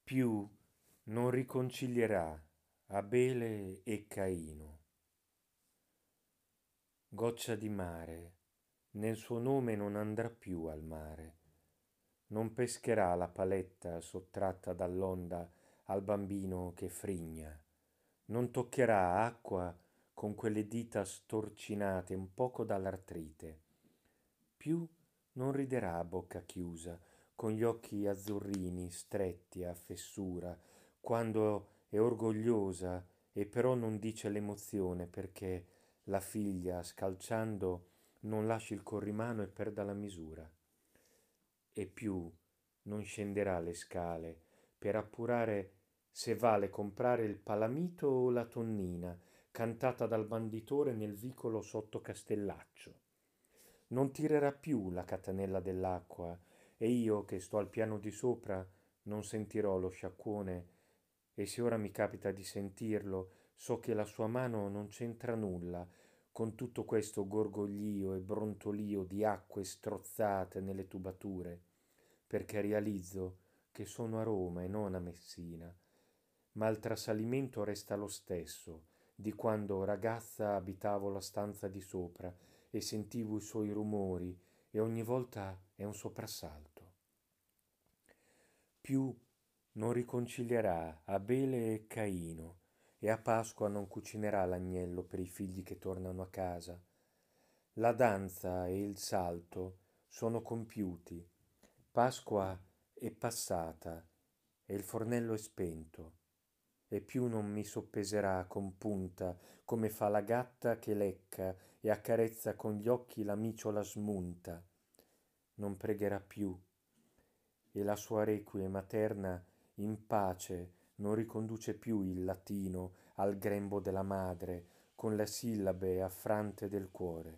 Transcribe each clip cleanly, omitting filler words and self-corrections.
più non riconcilierà Abele e Caino. Goccia di mare, nel suo nome non andrà più al mare, non pescherà la paletta sottratta dall'onda al bambino che frigna, non toccherà acqua con quelle dita storcinate un poco dall'artrite, più non riderà a bocca chiusa, con gli occhi azzurrini stretti a fessura, quando è orgogliosa e però non dice l'emozione perché la figlia, scalciando, non lasci il corrimano e perda la misura. E più non scenderà le scale per appurare se vale comprare il palamito o la tonnina, cantata dal banditore nel vicolo sotto Castellaccio. Non tirerà più la catenella dell'acqua e io che sto al piano di sopra non sentirò lo sciacquone e se ora mi capita di sentirlo so che la sua mano non c'entra nulla con tutto questo gorgoglio e brontolio di acque strozzate nelle tubature, perché realizzo che sono a Roma e non a Messina, ma il trasalimento resta lo stesso di quando ragazza abitavo la stanza di sopra e sentivo i suoi rumori e ogni volta è un soprassalto. Più non riconcilierà Abele e Caino e a Pasqua non cucinerà l'agnello per i figli che tornano a casa. La danza e il salto sono compiuti, Pasqua è passata e il fornello è spento e più non mi soppeserà con punta come fa la gatta che lecca e accarezza con gli occhi la miciola smunta. Non pregherà più e la sua requie materna in pace non riconduce più il latino al grembo della madre con le sillabe affrante del cuore.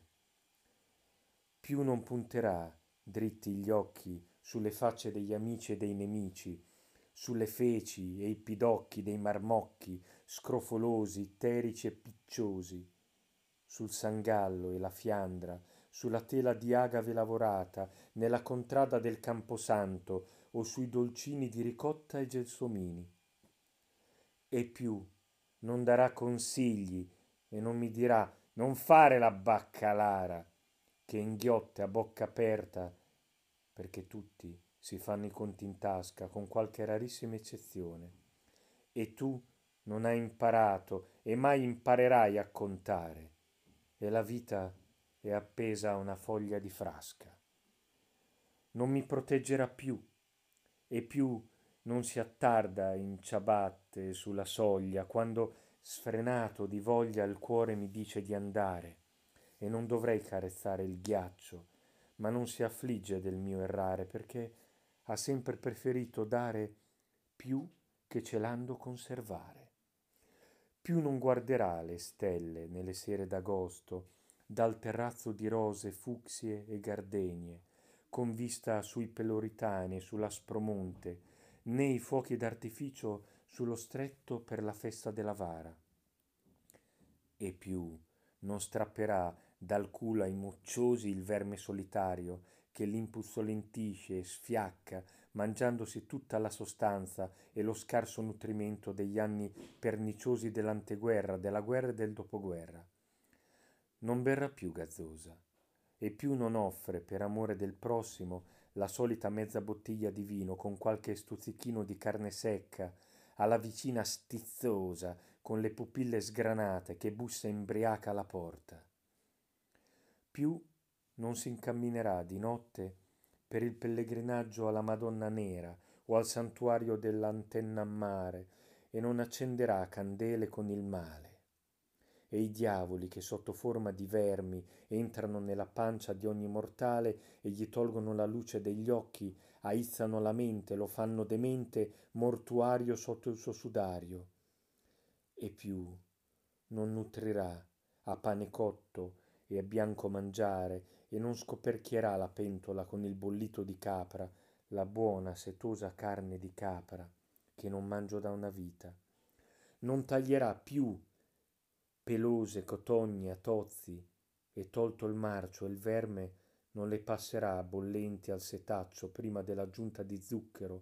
Più non punterà dritti gli occhi sulle facce degli amici e dei nemici, sulle feci e i pidocchi dei marmocchi scrofolosi, itterici e picciosi, sul sangallo e la fiandra, sulla tela di agave lavorata, nella contrada del Camposanto o sui dolcini di ricotta e gelsomini. E più non darà consigli e non mi dirà non fare la baccalara, che inghiotte a bocca aperta, perché tutti si fanno i conti in tasca, con qualche rarissima eccezione. E tu non hai imparato e mai imparerai a contare, e la vita è appesa a una foglia di frasca. Non mi proteggerà più, e più non si attarda in ciabatte sulla soglia, quando sfrenato di voglia il cuore mi dice di andare, e non dovrei carezzare il ghiaccio, ma non si affligge del mio errare, perché ha sempre preferito dare più che celando conservare. Più non guarderà le stelle nelle sere d'agosto, dal terrazzo di rose, fucsie e gardenie, con vista sui peloritani e sull'aspromonte, né i fuochi d'artificio sullo stretto per la festa della Vara. E più non strapperà dal culo ai mocciosi il verme solitario che l'impustolentisce e sfiacca, mangiandosi tutta la sostanza e lo scarso nutrimento degli anni perniciosi dell'anteguerra, della guerra e del dopoguerra. Non berrà più gazzosa e più non offre, per amore del prossimo, la solita mezza bottiglia di vino con qualche stuzzichino di carne secca alla vicina stizzosa con le pupille sgranate che bussa imbriaca alla porta. Più non si incamminerà di notte per il pellegrinaggio alla Madonna Nera o al santuario dell'Antenna Mare e non accenderà candele con il male. E i diavoli che sotto forma di vermi entrano nella pancia di ogni mortale e gli tolgono la luce degli occhi, aizzano la mente, lo fanno demente mortuario sotto il suo sudario. E più non nutrirà a pane cotto e a bianco mangiare e non scoperchierà la pentola con il bollito di capra, la buona setosa carne di capra che non mangio da una vita. Non taglierà più pelose cotogne a tozzi e tolto il marcio e il verme non le passerà bollenti al setaccio prima dell'aggiunta di zucchero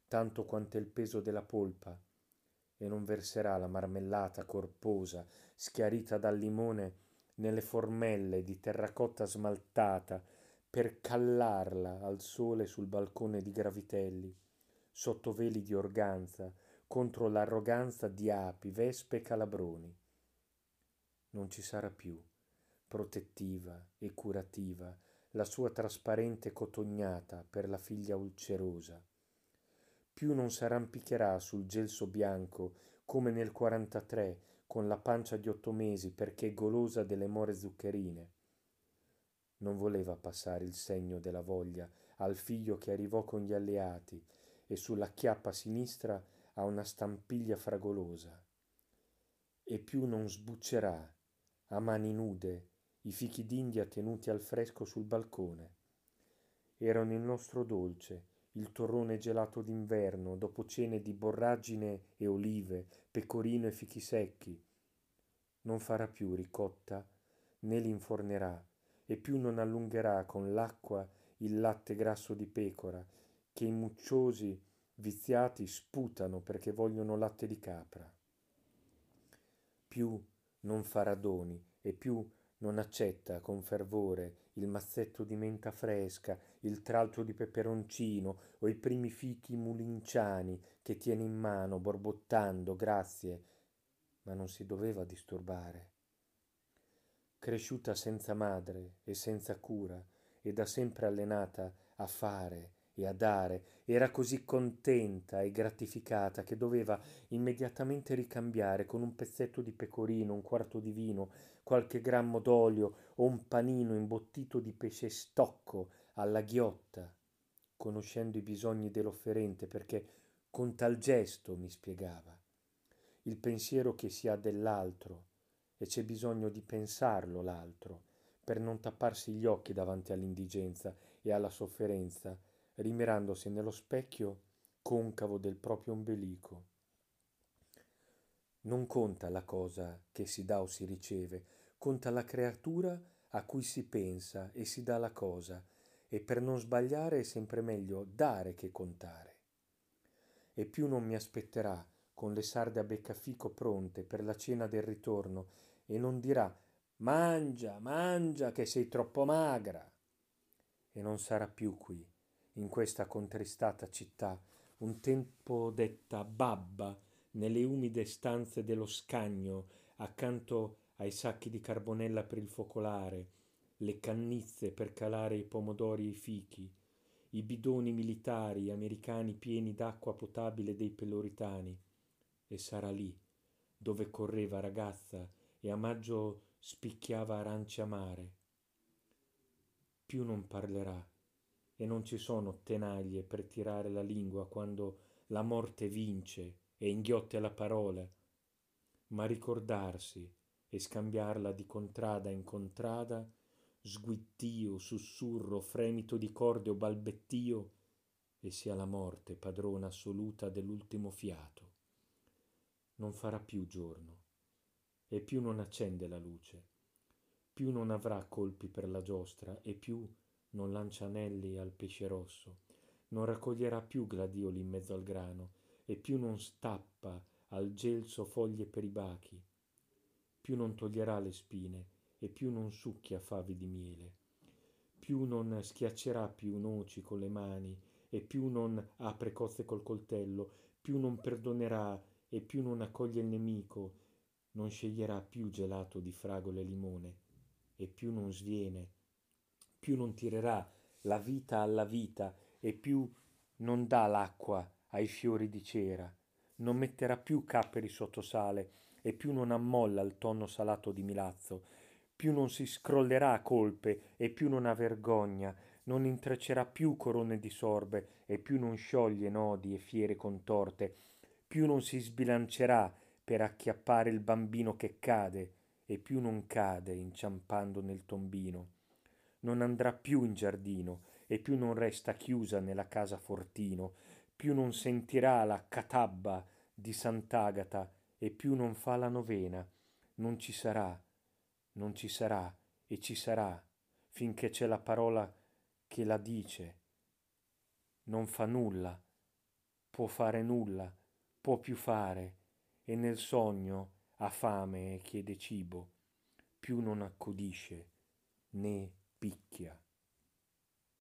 tanto quanto il peso della polpa, e non verserà la marmellata corposa, schiarita dal limone, nelle formelle di terracotta smaltata, per callarla al sole sul balcone di Gravitelli, sotto veli di organza, contro l'arroganza di api, vespe e calabroni. Non ci sarà più, protettiva e curativa, la sua trasparente cotognata per la figlia ulcerosa. Più non s'arrampicherà sul gelso bianco come nel 43 con la pancia di 8 mesi perché golosa delle more zuccherine. Non voleva passare il segno della voglia al figlio che arrivò con gli alleati e sulla chiappa sinistra a una stampiglia fragolosa. E più non sbuccerà a mani nude i fichi d'India tenuti al fresco sul balcone. Erano il nostro dolce, il torrone gelato d'inverno, dopo cene di borragine e olive, pecorino e fichi secchi. Non farà più ricotta, né l'infornerà, e più non allungherà con l'acqua il latte grasso di pecora, che i mucciosi viziati sputano perché vogliono latte di capra. Più non farà doni e più non accetta con fervore il mazzetto di menta fresca, il tralcio di peperoncino o i primi fichi mulinciani che tiene in mano borbottando grazie, ma non si doveva disturbare. Cresciuta senza madre e senza cura e da sempre allenata a fare e a dare, era così contenta e gratificata che doveva immediatamente ricambiare con un pezzetto di pecorino, un quarto di vino, qualche grammo d'olio o un panino imbottito di pesce stocco alla ghiotta, conoscendo i bisogni dell'offerente, perché con tal gesto mi spiegava il pensiero che si ha dell'altro, e c'è bisogno di pensarlo l'altro, per non tapparsi gli occhi davanti all'indigenza e alla sofferenza, rimirandosi nello specchio concavo del proprio ombelico. Non conta la cosa che si dà o si riceve, conta la creatura a cui si pensa e si dà la cosa, e per non sbagliare è sempre meglio dare che contare. E più non mi aspetterà con le sarde a beccafico pronte per la cena del ritorno e non dirà mangia, mangia che sei troppo magra. E non sarà più qui, in questa contristata città, un tempo detta babba nelle umide stanze dello scagno accanto ai sacchi di carbonella per il focolare, le cannizze per calare i pomodori e i fichi, i bidoni militari americani pieni d'acqua potabile dei peloritani. E sarà lì dove correva ragazza e a maggio spicchiava arance amare. Più non parlerà e non ci sono tenaglie per tirare la lingua quando la morte vince e inghiotte la parola, ma ricordarsi e scambiarla di contrada in contrada, sguittio, sussurro, fremito di corde o balbettio, e sia la morte padrona assoluta dell'ultimo fiato. Non farà più giorno, e più non accende la luce, più non avrà colpi per la giostra, e più non lancia anelli al pesce rosso, non raccoglierà più gladioli in mezzo al grano, e più non stappa al gelso foglie per i bachi, più non toglierà le spine, e più non succhia favi di miele, più non schiaccerà più noci con le mani, e più non apre cozze col coltello, più non perdonerà e più non accoglie il nemico, non sceglierà più gelato di fragole e limone, e più non sviene, più non tirerà la vita alla vita, e più non dà l'acqua ai fiori di cera, non metterà più capperi sotto sale, e più non ammolla il tonno salato di Milazzo, più non si scrollerà a colpe e più non ha vergogna, non intreccerà più corone di sorbe e più non scioglie nodi e fiere contorte, più non si sbilancerà per acchiappare il bambino che cade e più non cade inciampando nel tombino. Non andrà più in giardino e più non resta chiusa nella casa fortino, più non sentirà la catabba di Sant'Agata e più non fa la novena. Non ci sarà, non ci sarà e ci sarà finché c'è la parola che la dice. Non fa nulla può fare nulla, può più fare, e nel sogno ha fame e chiede cibo, più non accudisce né picchia.